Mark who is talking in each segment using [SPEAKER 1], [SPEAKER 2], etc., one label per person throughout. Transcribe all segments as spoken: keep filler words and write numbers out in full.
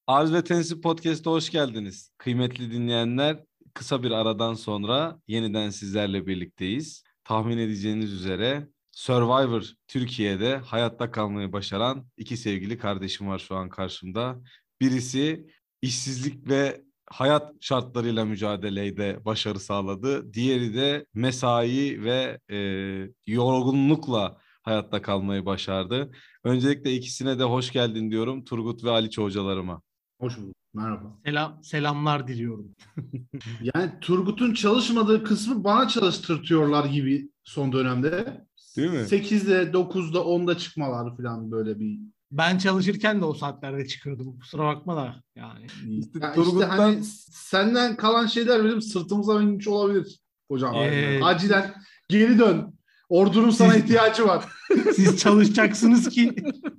[SPEAKER 1] Arz ve Tensip Podcast'a hoş geldiniz. Kıymetli dinleyenler, kısa bir aradan sonra yeniden sizlerle birlikteyiz. Tahmin edeceğiniz üzere Survivor Türkiye'de hayatta kalmayı başaran iki sevgili kardeşim var şu an karşımda. Birisi işsizlik ve hayat şartlarıyla mücadelede başarı sağladı. Diğeri de mesai ve e, yorgunlukla hayatta kalmayı başardı. Öncelikle ikisine de hoş geldin diyorum, Turgut ve Aliço hocalarıma.
[SPEAKER 2] Hoş bulduk. Merhaba.
[SPEAKER 3] Selam, selamlar diliyorum.
[SPEAKER 2] Yani Turgut'un çalışmadığı kısmı bana çalıştırtıyorlar gibi son dönemde.
[SPEAKER 1] Değil mi?
[SPEAKER 2] sekizde, dokuzda, onda çıkmalar falan böyle bir.
[SPEAKER 3] Ben çalışırken de o saatlerde çıkıyordum. Kusura bakma da yani.
[SPEAKER 1] İşte
[SPEAKER 2] Ya
[SPEAKER 1] Turgut'tan...
[SPEAKER 2] işte hani senden kalan şeyler bizim sırtımıza binmiş olabilir hocam.
[SPEAKER 3] Ee...
[SPEAKER 2] Acilen geri dön. Ordunun sana
[SPEAKER 3] Siz...
[SPEAKER 2] ihtiyacı var.
[SPEAKER 3] Siz çalışacaksınız ki.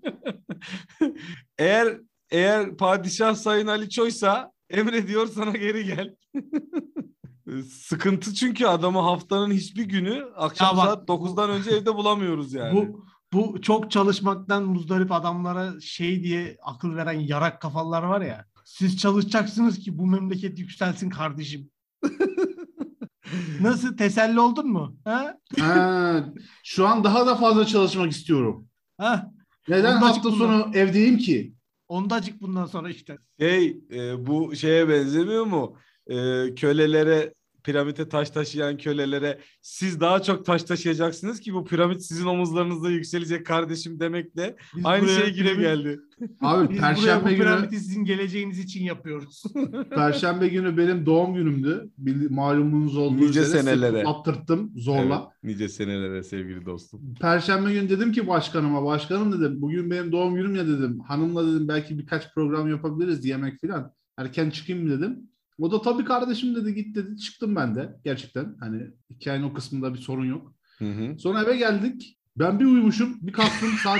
[SPEAKER 1] Eğer eğer padişah Sayın Aliço'ysa emrediyor sana geri gel. Sıkıntı çünkü adamı haftanın hiçbir günü akşam bak, saat dokuzdan önce evde bulamıyoruz yani.
[SPEAKER 3] Bu bu çok çalışmaktan muzdarip adamlara şey diye akıl veren yarak kafalar var ya. Siz çalışacaksınız ki bu memleket yükselsin kardeşim. Nasıl, teselli oldun mu? Ha?
[SPEAKER 2] Ha, şu an daha da fazla çalışmak istiyorum.
[SPEAKER 3] Ha?
[SPEAKER 2] Neden hafta sonu evdeyim ki?
[SPEAKER 3] Ondacık bundan sonra işte.
[SPEAKER 1] Şey e, bu şeye benzemiyor mu? E, kölelere, piramite taş taşıyan kölelere siz daha çok taş taşıyacaksınız ki bu piramit sizin omuzlarınızda yükselecek kardeşim demekle biz aynı şey gibi piramit... geldi.
[SPEAKER 2] Abi
[SPEAKER 3] biz
[SPEAKER 2] Perşembe
[SPEAKER 3] buraya bu
[SPEAKER 2] günü
[SPEAKER 3] piramiti sizin geleceğiniz için yapıyoruz.
[SPEAKER 2] Perşembe günü benim doğum günümdü. Malumunuz olduğu
[SPEAKER 1] nice
[SPEAKER 2] üzere
[SPEAKER 1] senelere
[SPEAKER 2] attırttım zorla.
[SPEAKER 1] Evet, nice senelere sevgili dostum.
[SPEAKER 2] Perşembe günü dedim ki başkanıma, başkanım dedim bugün benim doğum günüm ya dedim. Hanımla dedim belki birkaç program yapabiliriz, yemek filan. Erken çıkayım mı dedim. O da tabii kardeşim dedi, git dedi. Çıktım ben de gerçekten. Hani hikayenin o kısmında bir sorun yok.
[SPEAKER 1] Hı hı.
[SPEAKER 2] Sonra eve geldik. Ben bir uyumuşum. Bir kalktım saat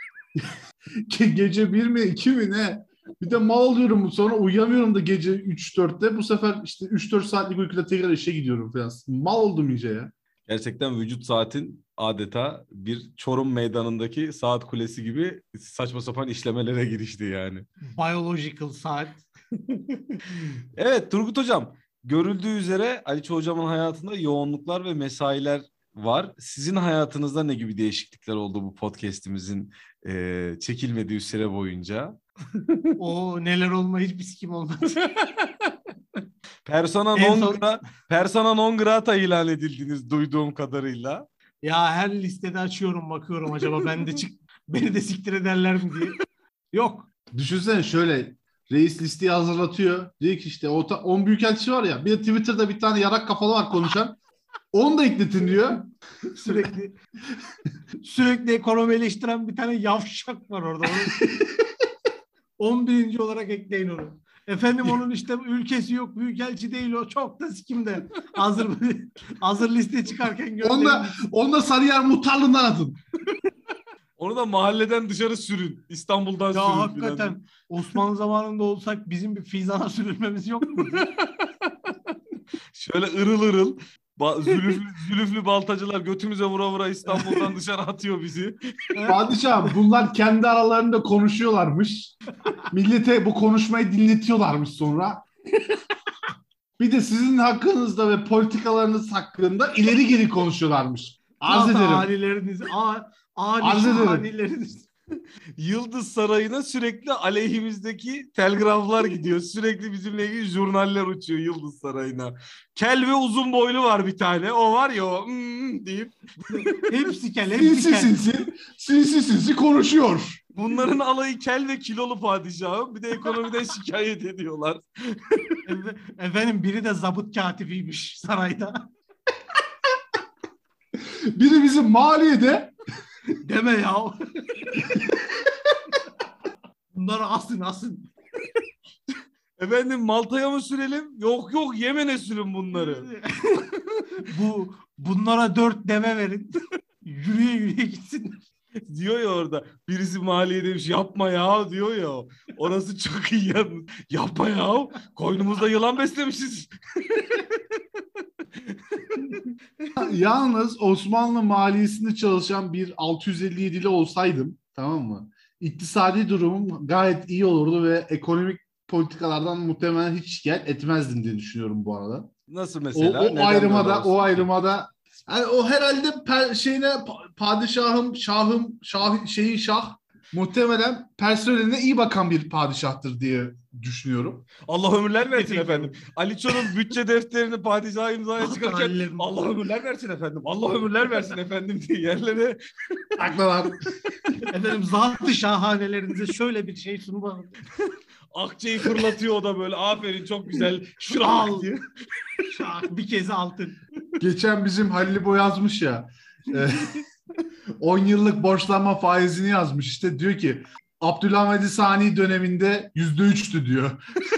[SPEAKER 2] gece bir mi iki mi ne? Bir de mal oluyorum. Sonra uyuyamıyorum da gece üç dörtte. Bu sefer işte üç dört saatlik uykuda tekrar işe gidiyorum falan. Mal oldum iyice ya.
[SPEAKER 1] Gerçekten vücut saatin adeta bir Çorum meydanındaki saat kulesi gibi saçma sapan işlemelere girişti yani.
[SPEAKER 3] Biological saat.
[SPEAKER 1] Evet Turgut Hocam, görüldüğü üzere Aliço Hocam'ın hayatında yoğunluklar ve mesailer var. Sizin hayatınızda ne gibi değişiklikler oldu bu podcast'imizin e, çekilmediği süre boyunca?
[SPEAKER 3] O neler olma hiçbir sikim olmaz.
[SPEAKER 1] Persona non, son... gra... Persona non grata ilan edildiniz duyduğum kadarıyla.
[SPEAKER 3] Ya her listede açıyorum bakıyorum acaba ben de çık beni de siktir ederler mi diye. Yok.
[SPEAKER 2] Düşünsene şöyle reis listeyi hazırlatıyor. Diyor ki işte on büyükelçisi var ya, bir de Twitter'da bir tane yarak kafalı var konuşan. Onu da ekletin diyor.
[SPEAKER 3] Sürekli sürekli ekonomi eleştiren bir tane yavşak var orada. on birinci olarak ekleyin onu. Efendim onun işte ülkesi yok, büyükelçi değil o, çok da sikimde. Hazır hazır liste çıkarken gönderin.
[SPEAKER 2] Onda onda Sarıyer muhtarlığından atın.
[SPEAKER 1] Onu da mahalleden dışarı sürün. İstanbul'dan
[SPEAKER 3] ya
[SPEAKER 1] sürün.
[SPEAKER 3] Ya hakikaten falan. Osmanlı zamanında olsak bizim bir fizana sürülmemiz yok mu?
[SPEAKER 1] Şöyle ırıl ırıl ba- zülüflü, zülüflü baltacılar götümüze vura vura İstanbul'dan dışarı atıyor bizi.
[SPEAKER 2] Padişahım bunlar kendi aralarında konuşuyorlarmış. Millete bu konuşmayı dinletiyorlarmış sonra. Bir de sizin hakkınızda ve politikalarınız hakkında ileri geri konuşuyorlarmış. Arz ederim.
[SPEAKER 3] Alileriniz, Arz ederim.
[SPEAKER 1] Yıldız Sarayı'na sürekli aleyhimizdeki telgraflar gidiyor. Sürekli bizimle ilgili jurnaller uçuyor Yıldız Sarayı'na. Kel ve uzun boylu var bir tane. O var ya o mm, deyip.
[SPEAKER 3] Hepsi kel, hepsi
[SPEAKER 2] sinsi,
[SPEAKER 3] kel.
[SPEAKER 2] Sinsi sinsi sinsi konuşuyor.
[SPEAKER 1] Bunların alayı kel ve kilolu padişahım. Bir de ekonomiden şikayet ediyorlar.
[SPEAKER 3] Efendim biri de zabıt katibiymiş sarayda.
[SPEAKER 2] Biri bizim maliyede.
[SPEAKER 3] Deme ya. Bunları asın asın.
[SPEAKER 1] Efendim Malta'ya mı sürelim? Yok yok Yemen'e sürün bunları.
[SPEAKER 3] Bu bunlara dört deve verin. Yürüye yürüye gitsinler.
[SPEAKER 1] Diyor ya orada birisi mahalleye demiş yapma ya diyor ya. Orası çok iyi yalnız. Yapma ya. Koynumuzda yılan beslemişiz.
[SPEAKER 2] Yalnız Osmanlı maliyesinde çalışan bir altı yüz elli yedili olsaydım, tamam mı? İktisadi durumum gayet iyi olurdu ve ekonomik politikalardan muhtemelen hiç şikayet etmezdim diye düşünüyorum bu arada.
[SPEAKER 1] Nasıl
[SPEAKER 2] O,
[SPEAKER 1] mesela?
[SPEAKER 2] o
[SPEAKER 1] Neden
[SPEAKER 2] ayrımada
[SPEAKER 1] böyle olsun
[SPEAKER 2] o
[SPEAKER 1] ki?
[SPEAKER 2] ayrımada yani o herhalde per, şeyine pa- padişahım şahım şah şeyin şah muhtemelen personeline iyi bakan bir padişahtır diye düşünüyorum.
[SPEAKER 1] Allah ömürler versin
[SPEAKER 3] Teşekkür
[SPEAKER 1] efendim. Ali bütçe defterini padişaha imzaya çıkarken
[SPEAKER 3] Hallerim.
[SPEAKER 1] Allah ömürler versin efendim. Allah ömürler versin efendim diye yerlere
[SPEAKER 2] Haklılar.
[SPEAKER 3] Efendim zat-ı şahanelerinize şöyle bir şey sunmadım.
[SPEAKER 1] akçeyi fırlatıyor o da böyle. Aferin çok güzel. Şırak
[SPEAKER 3] Al.
[SPEAKER 1] diye.
[SPEAKER 3] Şah, bir kez altın.
[SPEAKER 2] Geçen bizim Halil İbo yazmış ya. e, on yıllık borçlanma faizini yazmış. İşte diyor ki Abdülhamid Sani döneminde yüzde üçtü diyor.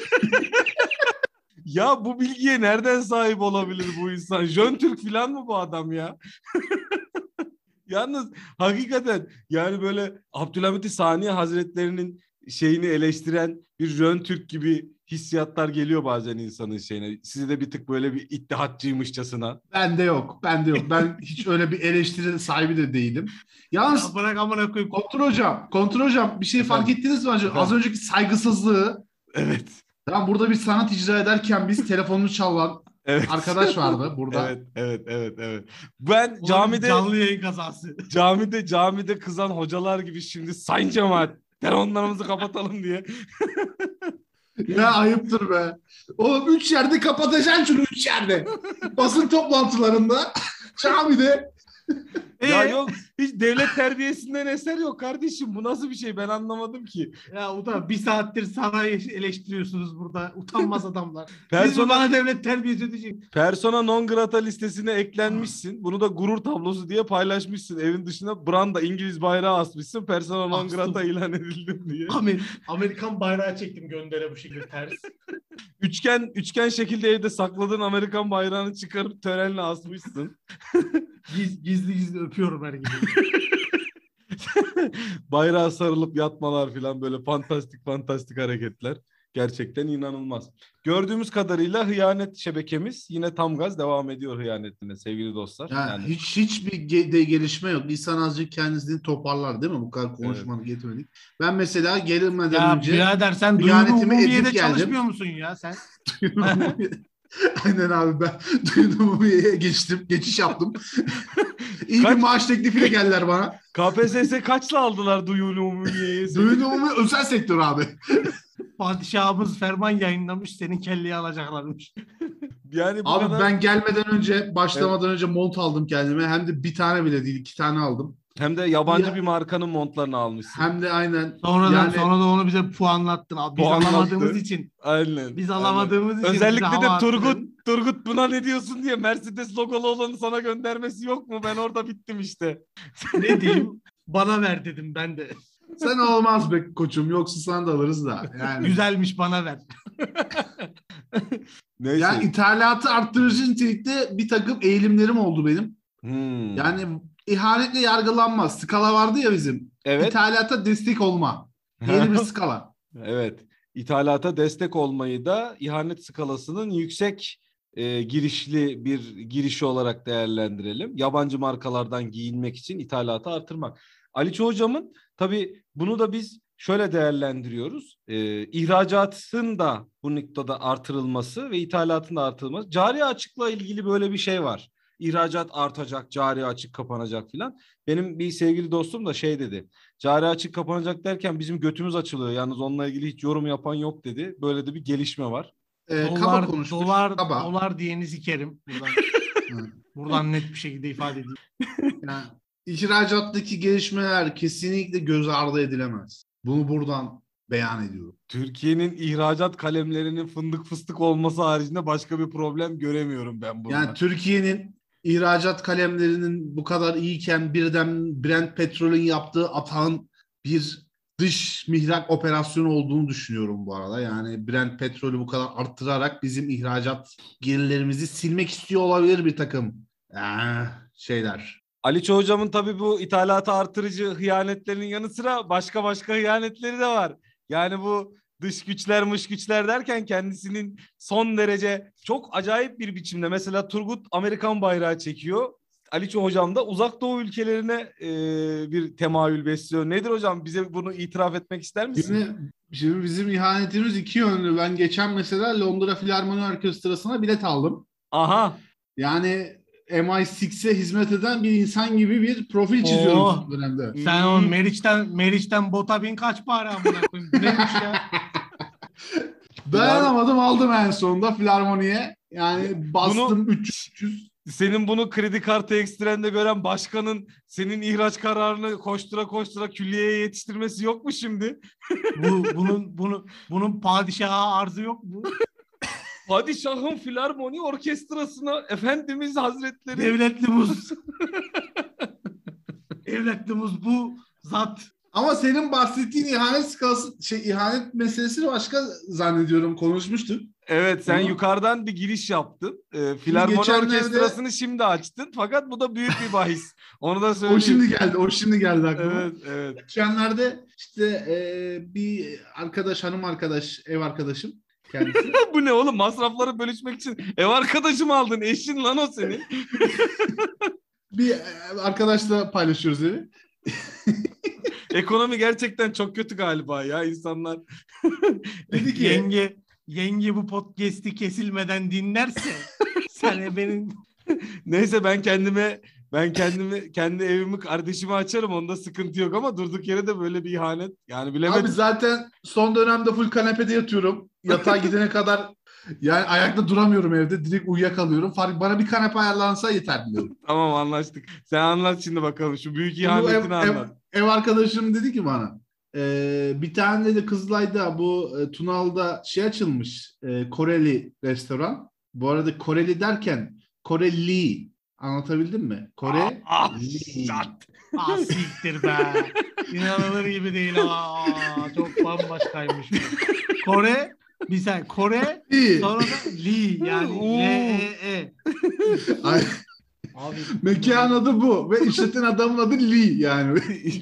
[SPEAKER 1] Ya bu bilgiye nereden sahip olabilir bu insan? Jön Türk falan mı bu adam ya? Yalnız hakikaten yani böyle Abdülhamit Saniye Hazretlerinin şeyini eleştiren bir Jön Türk gibi hissiyatlar geliyor bazen insanın şeyine. Size de bir tık böyle bir iddihatçıymışçasına.
[SPEAKER 2] Bende yok. Bende yok. Ben hiç öyle bir eleştiri sahibi de değilim. Yalnız
[SPEAKER 3] Ya bırak amına koyayım.
[SPEAKER 2] Kontrol hocam, kontrol hocam bir şey
[SPEAKER 1] Efendim?
[SPEAKER 2] fark ettiniz mi acaba?
[SPEAKER 1] Efendim?
[SPEAKER 2] Az önceki saygısızlığı.
[SPEAKER 1] Evet.
[SPEAKER 2] Tamam, burada bir sanat icra ederken biz telefonunu çalan
[SPEAKER 1] Evet.
[SPEAKER 2] arkadaş vardı burada.
[SPEAKER 1] Evet, evet, evet, evet. Ben
[SPEAKER 3] Oğlum,
[SPEAKER 1] camide
[SPEAKER 3] canlı yayın kazası.
[SPEAKER 1] camide camide kızan hocalar gibi şimdi sayın cemaat telefonlarımızı kapatalım diye.
[SPEAKER 2] Ya ayıptır be. Oğlum üç yerde kapatacaksın şunu üç yerde. Basın toplantılarında, camide.
[SPEAKER 1] Ya
[SPEAKER 3] Ee?
[SPEAKER 1] yok hiç devlet terbiyesinden eser yok kardeşim. Bu nasıl bir şey ben anlamadım ki.
[SPEAKER 3] Ya utan bir saattir sana eleştiriyorsunuz burada. Utanmaz adamlar. Siz mi
[SPEAKER 1] Persona,
[SPEAKER 3] bana devlet terbiyesi ödeyecek?
[SPEAKER 1] persona non grata listesine eklenmişsin. Bunu da gurur tablosu diye paylaşmışsın. Evin dışına branda İngiliz bayrağı asmışsın. Persona non
[SPEAKER 3] Astım.
[SPEAKER 1] grata ilan edildim diye.
[SPEAKER 3] Amer Amerikan bayrağı çektim göndere bu şekilde ters.
[SPEAKER 1] Üçgen üçgen şekilde evde sakladığın Amerikan bayrağını çıkarıp törenle asmışsın.
[SPEAKER 3] Giz, gizli gizli öpüyorum her gibi.
[SPEAKER 1] Bayrağa sarılıp yatmalar falan böyle fantastik fantastik hareketler. Gerçekten inanılmaz. Gördüğümüz kadarıyla hıyanet şebekemiz yine tam gaz devam ediyor hıyanetine sevgili dostlar.
[SPEAKER 2] Ya
[SPEAKER 1] Yani
[SPEAKER 2] hiç hiçbir ge- de gelişme yok. İnsan azıcık kendisini toparlar değil mi? Bu kadar konuşmanı getirmedik. Ben mesela gelinmeden
[SPEAKER 3] Ya
[SPEAKER 2] önce
[SPEAKER 3] birader sen duyuru
[SPEAKER 2] hıyanetimi
[SPEAKER 3] umumiyede
[SPEAKER 2] edip geldim.
[SPEAKER 3] çalışmıyor musun ya sen?
[SPEAKER 2] Aynen abi, ben duyduğumu geçtim. Geçiş yaptım. İyi
[SPEAKER 1] Kaç-
[SPEAKER 2] bir maaş teklifiyle geldiler bana.
[SPEAKER 1] K P S S kaçla aldılar duyulu umumiyeyi?
[SPEAKER 2] Duyduğumu özel sektör abi.
[SPEAKER 3] Padişahımız ferman yayınlamış senin kelleyi alacaklarmış.
[SPEAKER 1] Yani bu
[SPEAKER 2] Abi
[SPEAKER 1] kadar...
[SPEAKER 2] ben gelmeden önce, başlamadan önce mont aldım kendime. Hem de bir tane bile değil, iki tane aldım.
[SPEAKER 1] Hem de yabancı
[SPEAKER 2] Ya-
[SPEAKER 1] bir markanın montlarını almışsın.
[SPEAKER 2] Hem de aynen.
[SPEAKER 3] Sonradan
[SPEAKER 2] yani
[SPEAKER 3] sonra da onu bize puanlattın. Abi. Biz
[SPEAKER 1] Puanlattı.
[SPEAKER 3] alamadığımız için.
[SPEAKER 1] Aynen.
[SPEAKER 3] Biz
[SPEAKER 1] aynen.
[SPEAKER 3] alamadığımız için. bize
[SPEAKER 1] Özellikle de
[SPEAKER 3] hava
[SPEAKER 1] Turgut,
[SPEAKER 3] attın.
[SPEAKER 1] Turgut buna ne diyorsun diye Mercedes logolu olanı sana göndermesi yok mu? Ben orada bittim işte.
[SPEAKER 3] Ne diyeyim? Bana ver dedim ben de.
[SPEAKER 2] sen olmaz be koçum, yoksa sana da alırız da. Yani,
[SPEAKER 3] Güzelmiş bana ver.
[SPEAKER 1] Neyse.
[SPEAKER 2] yani ithalatı arttırıcı nitelikte bir takım eğilimlerim oldu benim.
[SPEAKER 1] Hmm.
[SPEAKER 2] Yani ihanetle yargılanma skala vardı ya bizim.
[SPEAKER 1] Evet.
[SPEAKER 2] İthalata destek olma. Yeni bir skala.
[SPEAKER 1] Evet. İthalata destek olmayı da ihanet skalasının yüksek e, girişli bir girişi olarak değerlendirelim. Yabancı markalardan giyinmek için ithalatı artırmak. Aliço hocamın tabii bunu da biz şöyle değerlendiriyoruz. E, ihracatın da bu noktada artırılması ve ithalatın da artırılması. Cari açıkla ilgili böyle bir şey var. İhracat artacak, cari açık kapanacak filan. Benim bir sevgili dostum da şey dedi. Cari açık kapanacak derken bizim götümüz açılıyor. Yalnız onunla ilgili hiç yorum yapan yok dedi. Böyle de bir gelişme var.
[SPEAKER 2] Ee, kaba
[SPEAKER 3] Dolar,
[SPEAKER 2] konuştuk.
[SPEAKER 3] dolar,
[SPEAKER 2] Kaba.
[SPEAKER 3] dolar diyeni sikerim. Buradan, buradan net bir şekilde ifade edeyim.
[SPEAKER 2] Yani, ihracattaki gelişmeler kesinlikle göz ardı edilemez. Bunu buradan beyan ediyorum.
[SPEAKER 1] Türkiye'nin ihracat kalemlerinin fındık fıstık olması haricinde başka bir problem göremiyorum ben burada.
[SPEAKER 2] Yani Türkiye'nin ihracat kalemlerinin bu kadar iyiyken birden Brent Petrol'ün yaptığı atağın bir dış mihrak operasyonu olduğunu düşünüyorum bu arada. Yani Brent Petrol'ü bu kadar arttırarak bizim ihracat gelirlerimizi silmek istiyor olabilir bir takım ee, şeyler.
[SPEAKER 1] Aliço hocamın tabii bu ithalatı artırıcı hıyanetlerinin yanı sıra başka başka hıyanetleri de var. Yani bu dış güçler mış güçler derken kendisinin son derece çok acayip bir biçimde mesela Turgut Amerikan bayrağı çekiyor. Aliço hocam da uzak doğu ülkelerine e, bir temayül besliyor. Nedir hocam? Bize bunu itiraf etmek ister misin?
[SPEAKER 2] Şimdi, şimdi bizim ihanetimiz iki yönlü. Ben geçen mesela Londra Filarmoni Orkestrası'na bilet aldım.
[SPEAKER 1] Aha.
[SPEAKER 2] Yani M I altıya hizmet eden bir insan gibi bir profil çiziyorum
[SPEAKER 3] Oo.
[SPEAKER 2] son dönemde.
[SPEAKER 3] Sen o Meriç'ten Meriç'ten bota bin kaç para amına koyayım? Bu neymiş ya?
[SPEAKER 2] Dayanamadım, aldım en sonunda Filarmoni'ye. Yani bastım
[SPEAKER 1] Bunu-
[SPEAKER 2] üç yüz.
[SPEAKER 1] Senin bunu kredi kartı ekstrende gören başkanın senin ihraç kararını koştura koştura külliyeye yetiştirmesi yok mu şimdi?
[SPEAKER 3] Bu bunun bunu bunun padişaha arzı yok mu?
[SPEAKER 1] Padişahın Filarmoni Orkestrası'na Efendimiz Hazretleri.
[SPEAKER 3] Devletli muz. Devletli muz bu zat.
[SPEAKER 2] Ama senin bahsettiğin ihanet skalası, şey ihanet meselesi başka zannediyorum, konuşmuştuk.
[SPEAKER 1] Evet, sen
[SPEAKER 2] Ama-
[SPEAKER 1] yukarıdan bir giriş yaptın. Ee, Filarmoni
[SPEAKER 2] geçenlerde-
[SPEAKER 1] Orkestrası'nı şimdi açtın. Fakat bu da büyük bir bahis. Onu da
[SPEAKER 2] O
[SPEAKER 1] söyleyeyim.
[SPEAKER 2] şimdi geldi, o şimdi geldi aklıma.
[SPEAKER 1] Evet, evet.
[SPEAKER 2] Geçenlerde işte e, bir arkadaş, hanım arkadaş, ev arkadaşım kendisi.
[SPEAKER 1] Bu ne oğlum? Masrafları bölüşmek için ev arkadaşı mı aldın? Eşin lan o senin.
[SPEAKER 2] bir e, arkadaşla paylaşıyoruz evi.
[SPEAKER 1] Ekonomi gerçekten çok kötü galiba ya insanlar.
[SPEAKER 2] Dedi ki
[SPEAKER 3] Yenge yenge bu podcast'i kesilmeden dinlerse sen benim
[SPEAKER 1] Neyse ben kendime ben kendimi kendi evimi kardeşime açarım. Onda sıkıntı yok ama durduk yere de böyle bir ihanet. Yani bilemedim.
[SPEAKER 2] abi zaten son dönemde full kanepede yatıyorum. Yatağa gidene kadar yani ayakta duramıyorum evde. Direkt uyuyakalıyorum. Fark, bana bir kanepe ayarlansa yeter diyorum.
[SPEAKER 1] Tamam, anlaştık. Sen anlat şimdi bakalım. Şu büyük
[SPEAKER 2] Bu ev,
[SPEAKER 1] ihanetini
[SPEAKER 2] ev,
[SPEAKER 1] anlat.
[SPEAKER 2] ev arkadaşım dedi ki bana, e, bir tane de Kızılay'da bu e, Tunalı'da şey açılmış, e, Koreli restoran. Bu arada Koreli derken Koreli, anlatabildim mi? Kore
[SPEAKER 1] Ah,
[SPEAKER 2] Li.
[SPEAKER 1] şat.
[SPEAKER 3] ah siktir be. İnanılır gibi değil. Aa, çok bambaşkaymış bu. Kore bir sen Kore
[SPEAKER 2] Li.
[SPEAKER 3] sonra da Li yani
[SPEAKER 1] Oo.
[SPEAKER 3] L E E.
[SPEAKER 2] Ay,
[SPEAKER 3] Abi
[SPEAKER 2] mekan adı bu ve işleten adamın adı Li yani.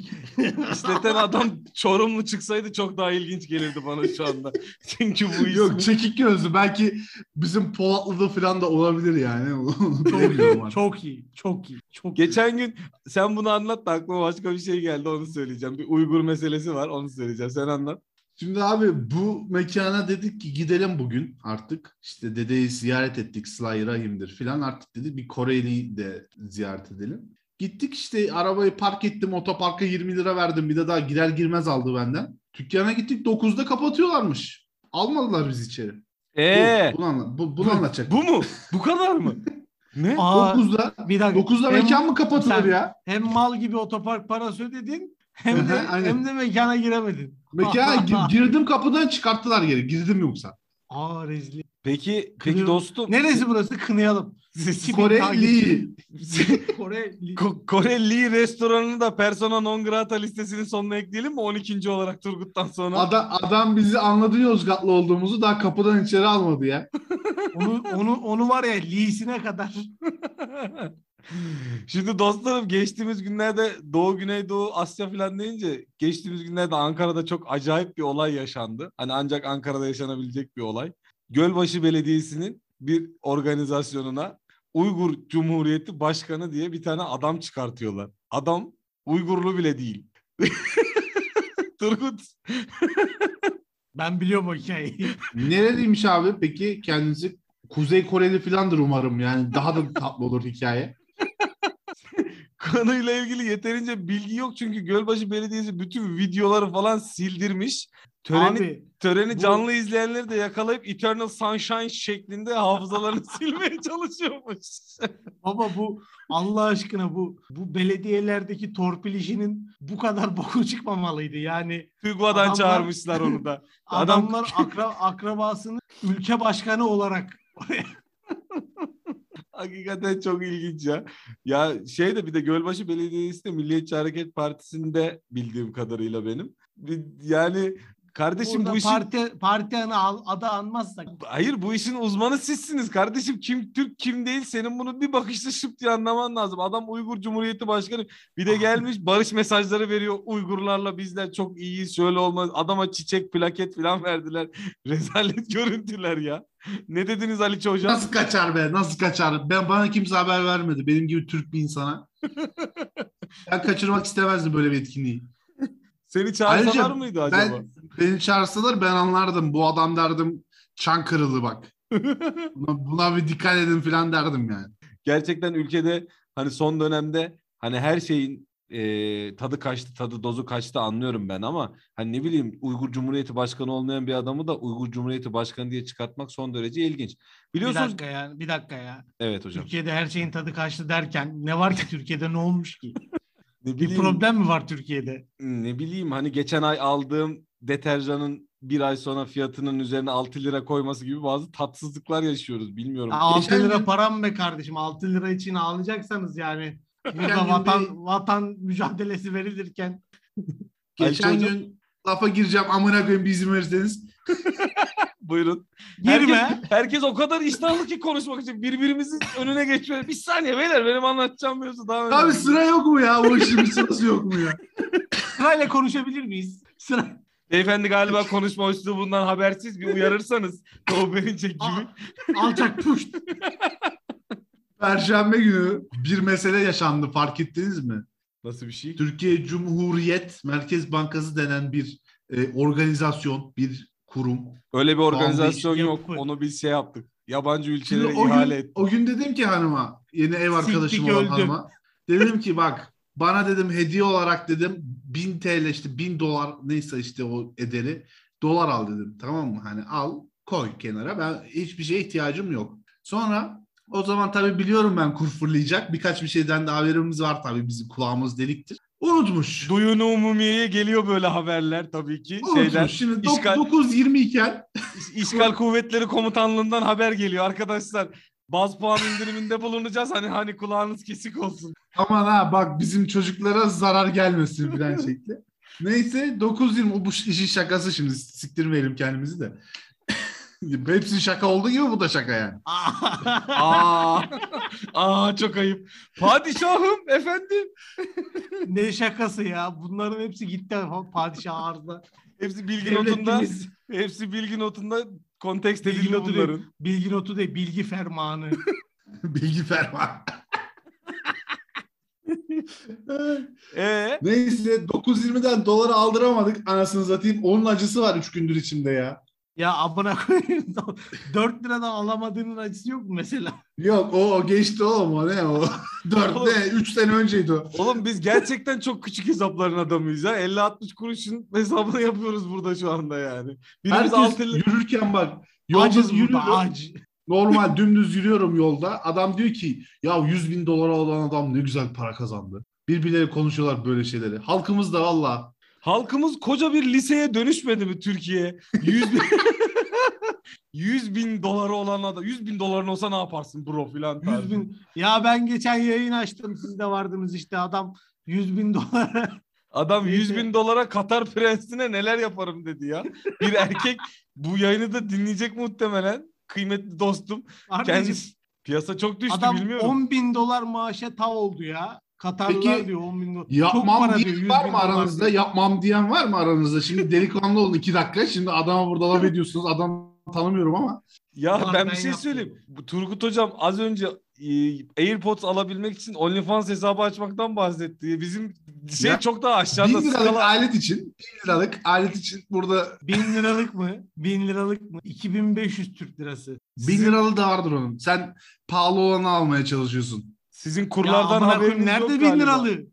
[SPEAKER 1] İşleten adam Çorumlu çıksaydı çok daha ilginç gelirdi bana şu anda. Çünkü bu isim...
[SPEAKER 2] Yok, çekik gözlü, belki bizim Polatlı'da falan da olabilir yani. Bilemiyorum
[SPEAKER 3] çok,
[SPEAKER 2] artık.
[SPEAKER 3] çok iyi, çok iyi, çok iyi.
[SPEAKER 1] Geçen gün sen bunu anlat da aklıma başka bir şey geldi, onu söyleyeceğim. Bir Uygur meselesi var, onu söyleyeceğim. Sen anlat.
[SPEAKER 2] Şimdi abi bu mekana dedik ki gidelim bugün artık. İşte dedeyi ziyaret ettik, Sıla-i Rahim'dir filan, artık dedi bir Koreli'yi de ziyaret edelim. Gittik işte, arabayı park ettim, otoparka yirmi lira verdim, bir de daha girer girmez aldı benden. Dükkana gittik, dokuzda kapatıyorlarmış. Almadılar biz içeri.
[SPEAKER 1] Eee?
[SPEAKER 2] Bu, bunu, anla, bu, bunu anlatacak.
[SPEAKER 1] Bu mu? Bu kadar mı? Ne?
[SPEAKER 3] Aa,
[SPEAKER 2] dokuzda
[SPEAKER 3] bir dakika.
[SPEAKER 2] dokuzda
[SPEAKER 3] Hem-
[SPEAKER 2] mekan mı kapatılır
[SPEAKER 3] sen-
[SPEAKER 2] ya?
[SPEAKER 3] Hem mal gibi otopark parası ödedin hem de
[SPEAKER 2] Aynen.
[SPEAKER 3] hem de mekana giremedin.
[SPEAKER 2] Mekana gi- girdim, kapıdan çıkarttılar geri. Girdim yoksa.
[SPEAKER 3] Aa rezil.
[SPEAKER 1] Peki, peki
[SPEAKER 3] Kınıyor-
[SPEAKER 1] dostum.
[SPEAKER 3] Neresi burası? Kınayalım. iki bin
[SPEAKER 2] Koreli.
[SPEAKER 3] takipçi. Koreli.
[SPEAKER 1] Ko- Koreli restoranını da persona non grata listesinin sonuna ekleyelim mi? on ikinci olarak Turgut'tan sonra.
[SPEAKER 2] Adam, adam bizi anladı Yozgatlı olduğumuzu, daha kapıdan içeri almadı ya.
[SPEAKER 3] Onu onu onu var ya Lee'sine kadar.
[SPEAKER 1] Şimdi dostlarım, geçtiğimiz günlerde Doğu, Güneydoğu, Asya falan deyince geçtiğimiz günlerde Ankara'da çok acayip bir olay yaşandı. Hani ancak Ankara'da yaşanabilecek bir olay. Gölbaşı Belediyesi'nin bir organizasyonuna Uygur Cumhuriyeti Başkanı diye bir tane adam çıkartıyorlar. Adam Uygurlu bile değil. Turgut.
[SPEAKER 3] Ben biliyorum o hikayeyi.
[SPEAKER 2] Nereliymiş abi peki kendisi? Kuzey Koreli filandır umarım, yani daha da tatlı olur hikaye.
[SPEAKER 1] Konuyla ilgili yeterince bilgi yok çünkü Gölbaşı Belediyesi bütün videoları falan sildirmiş. Töreni
[SPEAKER 3] Abi
[SPEAKER 1] töreni
[SPEAKER 3] bu-
[SPEAKER 1] canlı izleyenleri de yakalayıp Eternal Sunshine şeklinde hafızalarını silmeye çalışıyormuş.
[SPEAKER 3] baba bu Allah aşkına bu bu belediyelerdeki torpil işinin bu kadar boku çıkmamalıydı. Yani
[SPEAKER 1] TÜGVA'dan
[SPEAKER 3] Adamlar-
[SPEAKER 1] çağırmışlar onu da. Adam-
[SPEAKER 3] adamlar akra, akrabasını ülke başkanı olarak
[SPEAKER 1] Hakikaten çok ilginç ya. Ya şey de, bir de Gölbaşı Belediyesi de Milliyetçi Hareket Partisi'nde bildiğim kadarıyla benim. Bir- Yani Kardeşim
[SPEAKER 3] Burada
[SPEAKER 1] bu işin
[SPEAKER 3] parti, parti anı al- adı anmazsak.
[SPEAKER 1] hayır bu işin uzmanı sizsiniz kardeşim. Kim Türk kim değil senin bunu bir bakışta şıp diye anlaman lazım. Adam Uygur Cumhuriyeti Başkanı bir de gelmiş barış mesajları veriyor. Uygurlarla bizler çok iyiyiz şöyle olmaz. Adama çiçek plaket falan verdiler. Rezalet görüntüler ya. Ne dediniz Ali Hocam?
[SPEAKER 2] Nasıl kaçar be? Nasıl kaçar? Ben bana kimse haber vermedi. Benim gibi Türk bir insana. Ben kaçırmak istemezdim böyle bir etkinliği.
[SPEAKER 1] Seni çağırsalar
[SPEAKER 2] Ayrıca
[SPEAKER 1] mıydı acaba?
[SPEAKER 2] Ben, beni çağırsalar ben anlardım. Bu adam derdim Çankırılı bak. Buna, buna bir dikkat edin falan derdim yani.
[SPEAKER 1] Gerçekten ülkede hani son dönemde hani her şeyin e, tadı kaçtı, tadı dozu kaçtı anlıyorum ben ama hani ne bileyim Uygur Cumhuriyeti Başkanı olmayan bir adamı da Uygur Cumhuriyeti Başkanı diye çıkartmak son derece ilginç.
[SPEAKER 3] Bir
[SPEAKER 1] Biliyorsunuz.
[SPEAKER 3] dakika ya, bir dakika ya.
[SPEAKER 1] Evet hocam.
[SPEAKER 3] Türkiye'de her şeyin tadı kaçtı derken ne var ki Türkiye'de ne olmuş ki?
[SPEAKER 1] Ne
[SPEAKER 3] Bir
[SPEAKER 1] bileyim,
[SPEAKER 3] problem mi var Türkiye'de?
[SPEAKER 1] ne bileyim hani geçen ay aldığım deterjanın bir ay sonra fiyatının üzerine altı lira koyması gibi bazı tatsızlıklar yaşıyoruz. Bilmiyorum.
[SPEAKER 3] altı
[SPEAKER 2] Geçen
[SPEAKER 3] lira
[SPEAKER 2] gün-
[SPEAKER 3] param be kardeşim. altı lira için ağlayacaksanız yani.
[SPEAKER 2] Geçen
[SPEAKER 3] Burada
[SPEAKER 2] gün
[SPEAKER 3] vatan
[SPEAKER 2] bir-
[SPEAKER 3] vatan mücadelesi verilirken
[SPEAKER 2] Geçen
[SPEAKER 1] Ayşe hocam-
[SPEAKER 2] gün lafa gireceğim amına koyayım bir izin verirseniz.
[SPEAKER 1] Buyurun.
[SPEAKER 3] girme.
[SPEAKER 1] Herkes, herkes o kadar iştahlı ki konuşmak için birbirimizin önüne geçiyor. Bir saniye beyler benim anlatacağım mevzu daha önemli.
[SPEAKER 2] Abi sıra yok mu ya? Bu işin bir sırası yok mu ya?
[SPEAKER 3] Sırayla konuşabilir miyiz? Sıra.
[SPEAKER 1] Beyefendi galiba konuşma üslubundan habersiz bir uyarırsanız. Doğu Perinçek gibi.
[SPEAKER 3] Al- alçak puşt.
[SPEAKER 2] Perşembe günü bir mesele yaşandı fark ettiniz mi?
[SPEAKER 1] Nasıl bir şey?
[SPEAKER 2] Türkiye Cumhuriyet Merkez Bankası denen bir e, organizasyon, bir kurum.
[SPEAKER 1] Öyle bir organizasyon
[SPEAKER 3] Foundation
[SPEAKER 1] yok.
[SPEAKER 3] yapı.
[SPEAKER 1] Onu biz şey yaptık. Yabancı
[SPEAKER 2] Şimdi
[SPEAKER 1] ülkelere
[SPEAKER 2] o
[SPEAKER 1] ihale
[SPEAKER 2] gün,
[SPEAKER 1] ettik.
[SPEAKER 2] o gün dedim ki hanıma, yeni ev arkadaşım
[SPEAKER 3] Siktik,
[SPEAKER 2] olan
[SPEAKER 3] öldüm.
[SPEAKER 2] hanıma. Dedim ki bak bana dedim hediye olarak dedim bin T L işte bin dolar neyse işte o ederi dolar al dedim. Tamam mı? Hani al koy kenara ben hiçbir şeye ihtiyacım yok. Sonra o zaman tabii biliyorum ben kur fırlayacak. Birkaç bir şeyden de haberimiz var tabii bizim kulağımız deliktir. Unutmuş.
[SPEAKER 1] Duyunu umumiyeye geliyor böyle haberler tabii ki.
[SPEAKER 2] Unutmuş.
[SPEAKER 1] Şeyden,
[SPEAKER 2] Şimdi
[SPEAKER 1] işgal-
[SPEAKER 2] dokuz yirmi iken
[SPEAKER 1] İşgal Kuvvetleri Komutanlığından haber geliyor. Arkadaşlar baz puan indiriminde bulunacağız. Hani hani kulağınız kesik olsun.
[SPEAKER 2] aman ha bak bizim çocuklara zarar gelmesin filan şekli. Neyse dokuz yirmi bu işin şakası şimdi siktirmeyelim kendimizi de. Hepsi şaka olduğu gibi bu da şaka yani.
[SPEAKER 1] Aa, aa çok ayıp. Padişahım efendim.
[SPEAKER 3] Ne şakası ya? Bunların hepsi gitti padişah arıza.
[SPEAKER 1] Hepsi bilgi notunda.
[SPEAKER 3] Devletimiz
[SPEAKER 1] Hepsi bilgi notunda kontekst
[SPEAKER 3] bilgi
[SPEAKER 1] edildi
[SPEAKER 3] notu değil,
[SPEAKER 1] bunların.
[SPEAKER 3] bilgi notu değil, bilgi fermanı.
[SPEAKER 2] Bilgi ferman.
[SPEAKER 1] Ee,
[SPEAKER 2] Neyse dokuz yirmiden doları aldıramadık. Anasını satayım. Onun acısı var üç gündür içimde ya.
[SPEAKER 3] Ya amına koyayım. dört liradan alamadığının acısı yok mu mesela?
[SPEAKER 2] Yok o, o geçti oğlum o ne o. dört ne? üç sene önceydi o.
[SPEAKER 1] oğlum biz gerçekten çok küçük hesapların adamıyız ya. elli altmış kuruşun hesabını yapıyoruz burada şu anda yani. Birimiz
[SPEAKER 2] Herkes
[SPEAKER 1] altı lira.
[SPEAKER 2] yürürken bak. Yolda
[SPEAKER 3] Acız
[SPEAKER 2] yürüyorum.
[SPEAKER 3] burada ac.
[SPEAKER 2] Normal dümdüz yürüyorum yolda. Adam diyor ki ya yüz bin dolar alan adam ne güzel para kazandı. Birbirleri konuşuyorlar böyle şeyleri. Halkımız da valla.
[SPEAKER 1] Halkımız koca bir liseye dönüşmedi mi Türkiye? yüz bin... yüz bin doları olan adam. yüz bin doların olsa ne yaparsın bro filan. tarzı.
[SPEAKER 3] yüz bin. Ya ben geçen yayın açtım. Siz de vardınız işte adam yüz bin dolara.
[SPEAKER 1] Adam
[SPEAKER 3] Neyse.
[SPEAKER 1] yüz bin dolara Katar prensine neler yaparım dedi ya. Bir erkek bu yayını da dinleyecek muhtemelen. Kıymetli dostum.
[SPEAKER 3] Kardeşim,
[SPEAKER 1] Kendisi piyasa çok düştü
[SPEAKER 3] adam
[SPEAKER 1] bilmiyorum.
[SPEAKER 3] on bin dolar maaşa tav oldu ya. Katarlılar
[SPEAKER 2] Peki,
[SPEAKER 3] diyor on bin dolar. Çok
[SPEAKER 2] Yapmam
[SPEAKER 3] para diyor,
[SPEAKER 2] diyen
[SPEAKER 3] yüz
[SPEAKER 2] var
[SPEAKER 3] bin
[SPEAKER 2] mı
[SPEAKER 3] dolar
[SPEAKER 2] aranızda?
[SPEAKER 3] diyor.
[SPEAKER 2] Yapmam diyen var mı aranızda? Şimdi delikanlı olun iki dakika. Şimdi adama burada laf ediyorsunuz. Adam tanımıyorum ama.
[SPEAKER 1] Ya
[SPEAKER 3] Var,
[SPEAKER 1] ben
[SPEAKER 3] ben
[SPEAKER 1] bir şey
[SPEAKER 3] yaptım.
[SPEAKER 1] söyleyeyim. Bu Turgut hocam az önce e, AirPods alabilmek için OnlyFans hesabı açmaktan bahsetti. Bizim şey
[SPEAKER 2] Ya,
[SPEAKER 1] çok daha
[SPEAKER 2] Bin
[SPEAKER 1] aşağıda.
[SPEAKER 2] liralık
[SPEAKER 1] skala-
[SPEAKER 2] alet için. Bin liralık alet için burada
[SPEAKER 3] Bin liralık mı? Bin liralık mı? iki bin beş yüz Türk lirası.
[SPEAKER 2] bin
[SPEAKER 1] Sizin-
[SPEAKER 2] liralı da vardır onun. Sen pahalı olanı almaya çalışıyorsun.
[SPEAKER 1] Sizin
[SPEAKER 3] Ya
[SPEAKER 1] kurlardan
[SPEAKER 3] amına koyayım,
[SPEAKER 1] haberiniz
[SPEAKER 3] nerede
[SPEAKER 1] yok
[SPEAKER 3] bin
[SPEAKER 1] galiba.
[SPEAKER 3] liralı?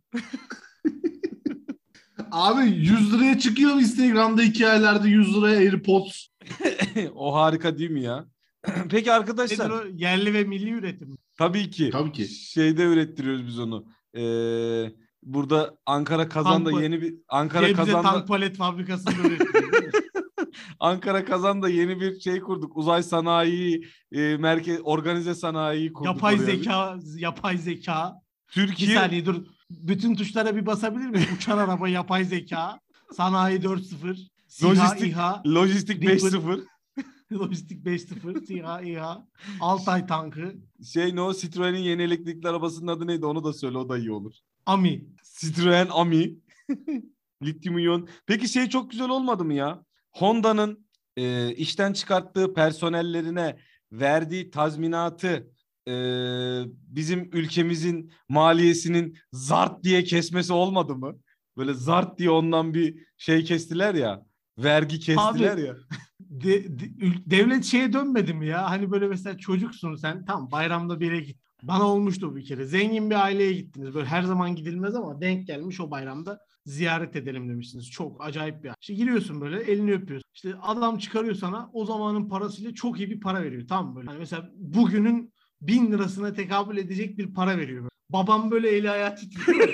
[SPEAKER 2] Abi yüz liraya çıkıyor Instagram'da hikayelerde yüz liraya AirPods.
[SPEAKER 1] O harika değil mi ya? Peki
[SPEAKER 3] Nedir
[SPEAKER 1] arkadaşlar
[SPEAKER 3] o? Yerli ve milli üretim.
[SPEAKER 1] tabii ki
[SPEAKER 2] Tabii ki.
[SPEAKER 1] şeyde ürettiriyoruz biz onu. Ee, burada Ankara Kazan'da
[SPEAKER 3] Tank-
[SPEAKER 1] yeni bir Ankara
[SPEAKER 3] Gebze
[SPEAKER 1] Kazan'da
[SPEAKER 3] tank palet fabrikasında üretiyor.
[SPEAKER 1] Ankara Kazan'da yeni bir şey kurduk. Uzay sanayi e, merkez organize sanayi kurduk.
[SPEAKER 3] yapay
[SPEAKER 1] oraya bir.
[SPEAKER 3] zeka, yapay zeka. Bir
[SPEAKER 1] Türkiye
[SPEAKER 3] saniye dur. Bütün tuşlara bir basabilir miyim? Uçan araba, yapay zeka, sanayi dört sıfır. SİHA,
[SPEAKER 1] Lojistik,
[SPEAKER 3] İHA,
[SPEAKER 1] lojistik beş sıfır.
[SPEAKER 3] Lojistik beş sıfır, SİHA, İHA, Altay tankı,
[SPEAKER 1] Şey ne o Citroen'in yeni elektrikli arabasının adı neydi? Onu da söyle, o da iyi olur.
[SPEAKER 3] AMI.
[SPEAKER 1] Citroen Ami. Lityum iyon. Peki şey çok güzel olmadı mı ya? Honda'nın e, işten çıkarttığı personellerine verdiği tazminatı e, bizim ülkemizin maliyesinin zart diye kesmesi olmadı mı? Böyle zart diye ondan bir şey kestiler ya. Vergi kestiler
[SPEAKER 3] Abi,
[SPEAKER 1] ya.
[SPEAKER 3] De, de, devlet şeye dönmedi mi ya? Hani böyle mesela çocuksun sen. Tamam, bayramda bir yere git. Bana olmuştu bir kere. Zengin bir aileye gittiniz. Böyle her zaman gidilmez ama denk gelmiş o bayramda. Ziyaret edelim demişsiniz. Çok acayip bir. İşte giriyorsun böyle, elini öpüyorsun. İşte adam çıkarıyor sana o zamanın parasıyla çok iyi bir para veriyor. Tamam böyle. Hani mesela bugünün bin lirasına tekabül edecek bir para veriyor. Böyle. Babam böyle eli ayağı titriyor.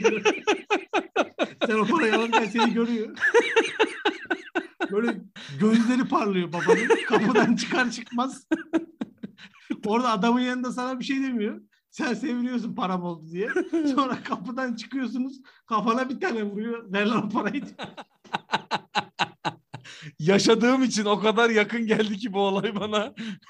[SPEAKER 3] Sen o parayı alırken seni görüyor. Böyle gözleri parlıyor babanın. Kapıdan çıkar çıkmaz. Orada adamın yanında sana bir şey demiyor. Sen seviniyorsun param oldu diye. Sonra kapıdan çıkıyorsunuz. Kafana bir tane vuruyor. Ver lan o parayı.
[SPEAKER 1] Yaşadığım için o kadar yakın geldi ki bu olay bana.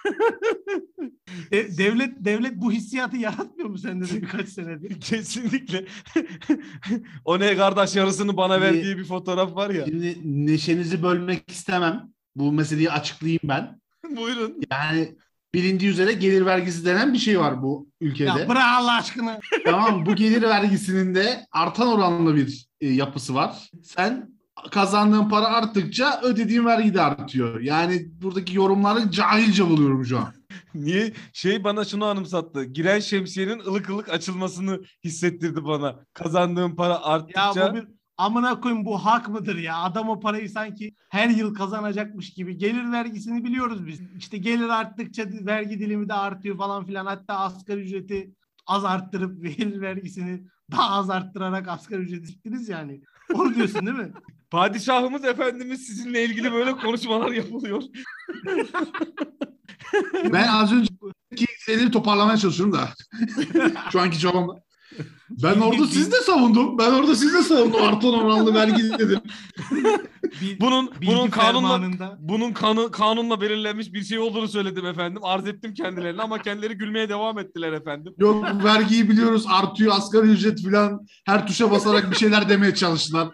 [SPEAKER 3] De- devlet devlet bu hissiyatı yaratmıyor mu sende de birkaç senedir?
[SPEAKER 1] Kesinlikle. O ne kardeş yarısını bana ver
[SPEAKER 2] Şimdi-
[SPEAKER 1] diye bir fotoğraf var ya.
[SPEAKER 2] Şimdi neşenizi bölmek istemem. Bu meseleyi açıklayayım ben.
[SPEAKER 1] Buyurun.
[SPEAKER 2] Yani bilindiği üzere gelir vergisi denen bir şey var bu ülkede.
[SPEAKER 3] Ya bırak Allah aşkına.
[SPEAKER 2] Tamam mı? Bu gelir vergisinin de artan oranlı bir e, yapısı var. Sen kazandığın para arttıkça ödediğin vergi de artıyor. Yani buradaki yorumları cahilce buluyorum şu an.
[SPEAKER 1] Niye? Şey bana şunu anımsattı. Giren şemsiyenin ılık ılık açılmasını hissettirdi bana. Kazandığım para
[SPEAKER 3] Ya
[SPEAKER 1] arttıkça.
[SPEAKER 3] bu bir amına koyayım, bu hak mıdır ya? Adam o parayı sanki her yıl kazanacakmış gibi. Gelir vergisini biliyoruz biz. İşte gelir arttıkça vergi dilimi de artıyor falan filan. Hatta asgari ücreti az arttırıp gelir vergisini daha az arttırarak asgari ücreti siktiniz yani. Onu diyorsun değil mi?
[SPEAKER 1] Padişahımız Efendimiz sizinle ilgili böyle konuşmalar yapılıyor.
[SPEAKER 2] Ben az önceki şeyleri toparlamaya çalışıyorum da. Şu anki cevabımla. Ben orada sizi de savundum. Ben orada sizi de savundum. Artan oranlı vergi dedim.
[SPEAKER 3] Bir,
[SPEAKER 1] Bunun
[SPEAKER 3] bilgi
[SPEAKER 1] bunun kanunla
[SPEAKER 3] fermanında.
[SPEAKER 1] bunun kanun kanunla belirlenmiş bir şey olduğunu söyledim efendim. Arz ettim kendilerine ama kendileri gülmeye devam ettiler efendim.
[SPEAKER 2] Yok, vergiyi biliyoruz, artıyor, asgari ücret falan, her tuşa basarak bir şeyler demeye çalıştılar.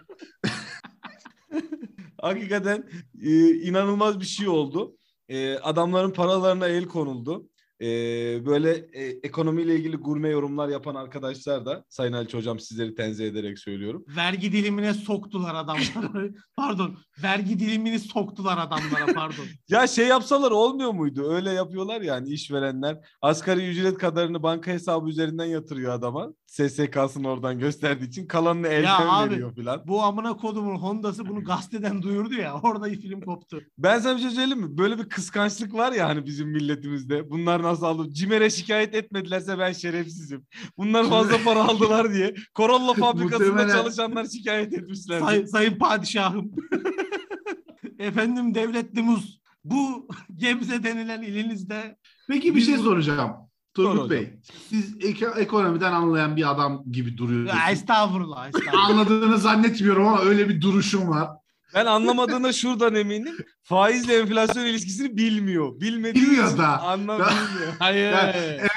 [SPEAKER 1] Hakikaten e, inanılmaz bir şey oldu. E, adamların paralarına el konuldu. E, böyle e, ekonomiyle ilgili gurme yorumlar yapan arkadaşlar da, Sayın Elçi Hocam sizleri tenzih ederek söylüyorum.
[SPEAKER 3] Vergi dilimine soktular adamları. Pardon. Vergi dilimini soktular adamlara, pardon.
[SPEAKER 1] Ya şey yapsalar olmuyor muydu? Öyle yapıyorlar yani işverenler. Asgari ücret kadarını banka hesabı üzerinden yatırıyor adama. S S K'sını oradan gösterdiği için kalanını elden
[SPEAKER 3] abi,
[SPEAKER 1] veriyor filan.
[SPEAKER 3] Bu amına kodumun Honda'sı bunu gazeteden duyurdu ya. Orada film koptu.
[SPEAKER 1] Ben sana bir şey söyleyeyim mi? Böyle bir kıskançlık var ya hani bizim milletimizde. Bunlar nasıl aldı? Cimer'e şikayet etmedilerse ben şerefsizim. Bunlar fazla para aldılar diye. Corolla fabrikasında
[SPEAKER 2] Muhtemelen-
[SPEAKER 1] çalışanlar şikayet etmişler.
[SPEAKER 3] Say, sayın padişahım. Efendim devletli muz. Bu Gebze denilen ilinizde
[SPEAKER 2] Peki bir şey soracağım.
[SPEAKER 1] Sor
[SPEAKER 2] Turgut
[SPEAKER 1] hocam.
[SPEAKER 2] Bey, siz ek- ekonomiden anlayan bir adam gibi duruyorsunuz.
[SPEAKER 3] ya, estağfurullah, estağfurullah.
[SPEAKER 2] Anladığını zannetmiyorum ama öyle bir duruşum var.
[SPEAKER 1] Ben anlamadığına şuradan eminim. Faizle enflasyon ilişkisini bilmiyor. Bilmediği
[SPEAKER 2] Bilmiyor
[SPEAKER 1] için
[SPEAKER 2] da.
[SPEAKER 1] anlam
[SPEAKER 2] Da-
[SPEAKER 1] bilmiyor. Hayır.
[SPEAKER 2] Ya,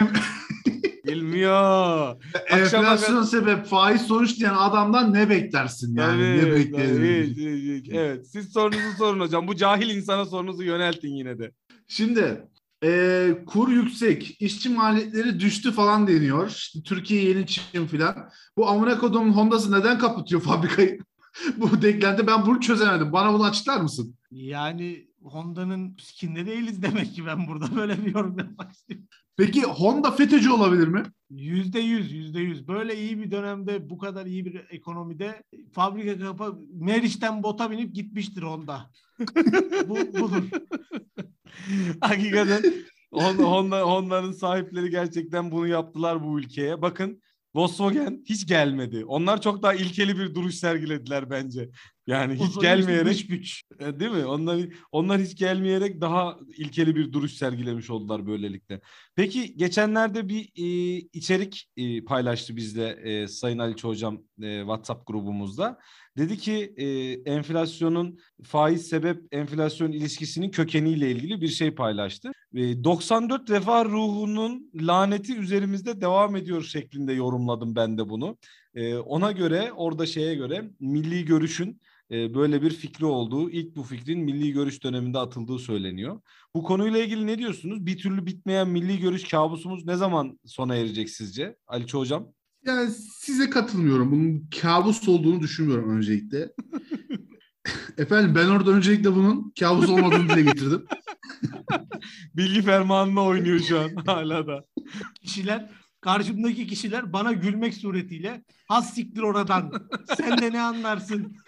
[SPEAKER 1] Bilmiyor. Akşama
[SPEAKER 2] Enflasyon sebep faiz sonuç diyen adamdan ne beklersin yani?
[SPEAKER 1] Tabii,
[SPEAKER 2] ne bekleyelim?
[SPEAKER 1] tabii, tabii. Evet. Siz sorunuzu sorun hocam. Bu cahil insana sorunuzu yöneltin yine de.
[SPEAKER 2] Şimdi e, kur yüksek, işçi maliyetleri düştü falan deniyor. İşte Türkiye yeni Çin falan. Bu amına kodumun Honda'sı neden kapatıyor fabrikayı? Bu denklenti ben bunu çözemedim. Bana bunu açıklar mısın?
[SPEAKER 3] Yani Honda'nın sikinde değiliz demek ki, ben burada böyle bir yorum yapmak istiyorum.
[SPEAKER 2] Peki Honda FETÖ'cü olabilir mi?
[SPEAKER 3] Yüzde yüz, yüzde yüz. Böyle iyi bir dönemde, bu kadar iyi bir ekonomide fabrika kapa, Meriç'ten bota binip gitmiştir Honda. Bu budur.
[SPEAKER 1] Hakikaten Honda, Honda, Honda'nın sahipleri gerçekten bunu yaptılar bu ülkeye. Bakın Volkswagen hiç gelmedi. Onlar çok daha ilkeli bir duruş sergilediler bence. Yani hiç
[SPEAKER 3] Ozan'ın işte
[SPEAKER 1] gelmeyerek
[SPEAKER 3] dış güç.
[SPEAKER 1] e, değil mi? Onlar onlar hiç gelmeyerek daha ilkeli bir duruş sergilemiş oldular böylelikle. Peki geçenlerde bir e, içerik e, paylaştı bizle e, Sayın Aliço Hocam e, WhatsApp grubumuzda. Dedi ki e, enflasyonun faiz sebep enflasyon ilişkisinin kökeniyle ilgili bir şey paylaştı. E, doksan dört refah ruhunun laneti üzerimizde devam ediyor şeklinde yorumladım ben de bunu. E, ona göre orada şeye göre milli görüşün e, böyle bir fikri olduğu, ilk bu fikrin milli görüş döneminde atıldığı söyleniyor. Bu konuyla ilgili ne diyorsunuz? Bir türlü bitmeyen milli görüş kabusumuz ne zaman sona erecek sizce? Aliço Hocam?
[SPEAKER 2] Yani size katılmıyorum. Bunun kabus olduğunu düşünmüyorum öncelikle. Efendim ben orada öncelikle bunun kabus olmadığını dile getirdim.
[SPEAKER 1] Bilgi fermanına oynuyor şu an hala da.
[SPEAKER 3] Kişiler, karşımdaki kişiler bana gülmek suretiyle has siktir oradan. Sen de ne anlarsın?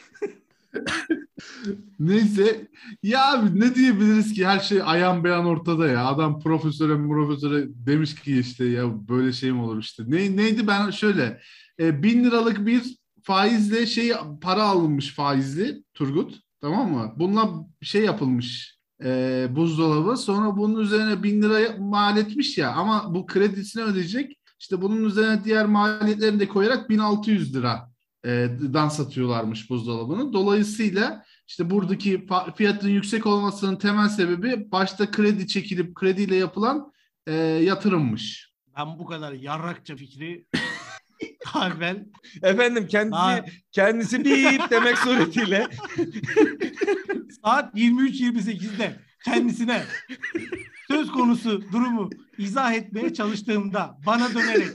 [SPEAKER 2] Neyse. Ya abi ne diyebiliriz ki? Her şey ayan beyan ortada ya. Adam profesöre profesöre demiş ki işte ya böyle şey mi olur işte. Ne, neydi ben şöyle. E, bin liralık bir faizle şey para alınmış faizli Turgut. Tamam mı? Bununla şey yapılmış e, buzdolabı. Sonra bunun üzerine bin lira mal etmiş ya. Ama bu kredisini ödeyecek. İşte bunun üzerine diğer maliyetlerini de koyarak bin altı yüz lira e, dan satıyorlarmış buzdolabını. Dolayısıyla işte buradaki fiyatın yüksek olmasının temel sebebi başta kredi çekilip krediyle yapılan e, yatırımmış.
[SPEAKER 3] Ben bu kadar yarrakça fikri daha evvel
[SPEAKER 1] Efendim kendisi
[SPEAKER 3] Daha-
[SPEAKER 1] kendisi bip demek suretiyle
[SPEAKER 3] saat yirmi üç yirmi sekizde kendisine söz konusu durumu izah etmeye çalıştığımda bana dönerek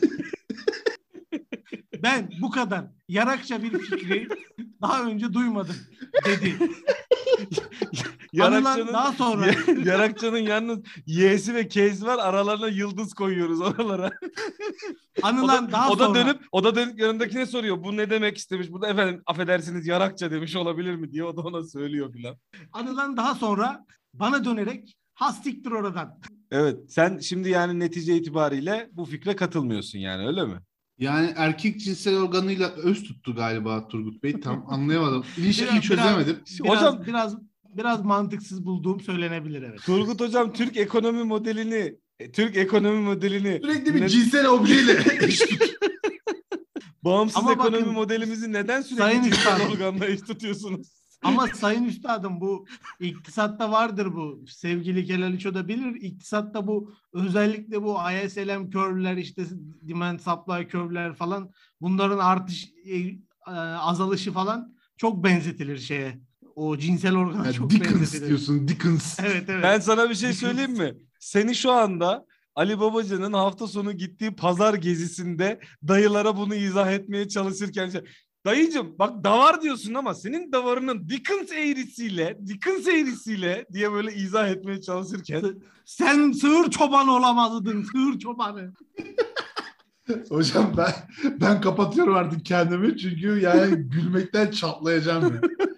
[SPEAKER 3] ben bu kadar yarakça bir fikri daha önce duymadım dedi. Anılan
[SPEAKER 1] Yarakçı'nın
[SPEAKER 3] daha sonra
[SPEAKER 1] Yarakçı'nın yalnız Y'si ve K'si var, aralarına yıldız koyuyoruz oralara. O
[SPEAKER 3] anılan
[SPEAKER 1] da,
[SPEAKER 3] daha
[SPEAKER 1] o da
[SPEAKER 3] sonra
[SPEAKER 1] dönüp o da dönüp yanındakine soruyor. Bu ne demek istemiş? Bu da efendim affedersiniz Yarakça demiş olabilir mi diye o da ona söylüyor filan.
[SPEAKER 3] anılan daha sonra bana dönerek hastiktir oradan.
[SPEAKER 1] Evet, sen şimdi yani netice itibariyle bu fikre katılmıyorsun yani öyle mi?
[SPEAKER 2] Yani erkek cinsel organıyla öz tuttu galiba Turgut Bey. Tam anlayamadım. İlişkiyi
[SPEAKER 3] Biraz-
[SPEAKER 2] çözemedim.
[SPEAKER 3] Biraz,
[SPEAKER 1] Hocam-
[SPEAKER 3] biraz biraz mantıksız bulduğum söylenebilir evet.
[SPEAKER 1] Turgut Hocam Türk ekonomi modelini e, Türk ekonomi modelini
[SPEAKER 2] Sürekli bir
[SPEAKER 1] ne-
[SPEAKER 2] cinsel objeyle eş tut-
[SPEAKER 1] bağımsız
[SPEAKER 3] Ama
[SPEAKER 1] ekonomi
[SPEAKER 3] bakın,
[SPEAKER 1] modelimizi neden sürekli
[SPEAKER 3] Sayın
[SPEAKER 1] cinsel
[SPEAKER 3] Üstadım.
[SPEAKER 1] organla eş tutuyorsunuz?
[SPEAKER 3] Ama sayın üstadım bu iktisatta vardır bu. Sevgili Kelal İço da bilir. İktisatta bu özellikle bu I S L M curve'ler işte demand supply curve'ler falan bunların artış e, e, azalışı falan çok benzetilir şeye. O cinsel organa
[SPEAKER 2] Ya
[SPEAKER 3] çok
[SPEAKER 2] Dickens
[SPEAKER 3] benzetilir.
[SPEAKER 2] diyorsun Dickens.
[SPEAKER 3] Evet evet.
[SPEAKER 1] Ben sana bir şey
[SPEAKER 3] Dickens.
[SPEAKER 1] söyleyeyim mi? Seni şu anda Ali Babacan'ın hafta sonu gittiği pazar gezisinde dayılara bunu izah etmeye çalışırken şey, dayıcım bak davar diyorsun ama senin davarının Dickens eğrisiyle Dickens eğrisiyle diye böyle izah etmeye çalışırken
[SPEAKER 3] Sen sığır çobanı olamazdın. Sığır çobanı.
[SPEAKER 2] Hocam ben ben kapatıyorum artık kendimi çünkü yani gülmekten çatlayacağım ya.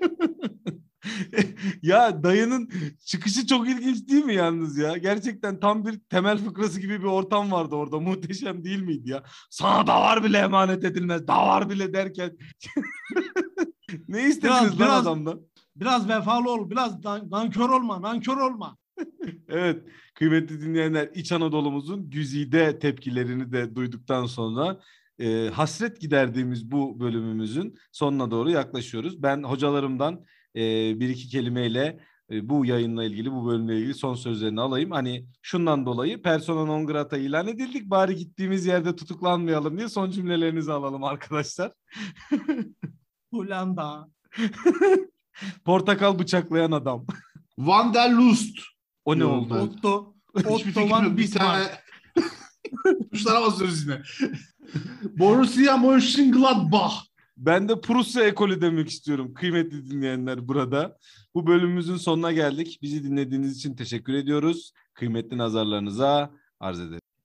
[SPEAKER 1] ya dayının çıkışı çok ilginç değil mi yalnız ya? Gerçekten tam bir temel fıkrası gibi bir ortam vardı orada. Muhteşem değil miydi ya? Sana davar bile emanet edilmez. Davar bile derken. Ne istediniz
[SPEAKER 3] Biraz-
[SPEAKER 1] lan
[SPEAKER 3] biraz-
[SPEAKER 1] adamdan?
[SPEAKER 3] Biraz vefalı ol. Biraz nan- nankör olma. Nankör olma.
[SPEAKER 1] Evet kıymetli dinleyenler İç Anadolu'muzun güzide tepkilerini de duyduktan sonra e, hasret giderdiğimiz bu bölümümüzün sonuna doğru yaklaşıyoruz. Ben hocalarımdan e, bir iki kelimeyle e, bu yayınla ilgili bu bölümle ilgili son sözlerini alayım. Hani şundan dolayı persona non grata ilan edildik bari gittiğimiz yerde tutuklanmayalım diye son cümlelerinizi alalım arkadaşlar.
[SPEAKER 3] Hollanda.
[SPEAKER 1] Portakal bıçaklayan adam.
[SPEAKER 2] Van der Lust.
[SPEAKER 1] O ne
[SPEAKER 2] Yok,
[SPEAKER 1] oldu?
[SPEAKER 3] Otto.
[SPEAKER 2] Hiçbir
[SPEAKER 3] Otto
[SPEAKER 2] fikrim
[SPEAKER 3] van
[SPEAKER 2] yok. Bir
[SPEAKER 3] Bismarck.
[SPEAKER 2] tane tuşlara basıyoruz yine. Borussia Mönchengladbach.
[SPEAKER 1] Ben de Prusya ekolü demek istiyorum kıymetli dinleyenler burada. Bu bölümümüzün sonuna geldik. Bizi dinlediğiniz için teşekkür ediyoruz. Kıymetli nazarlarınıza arz ederim.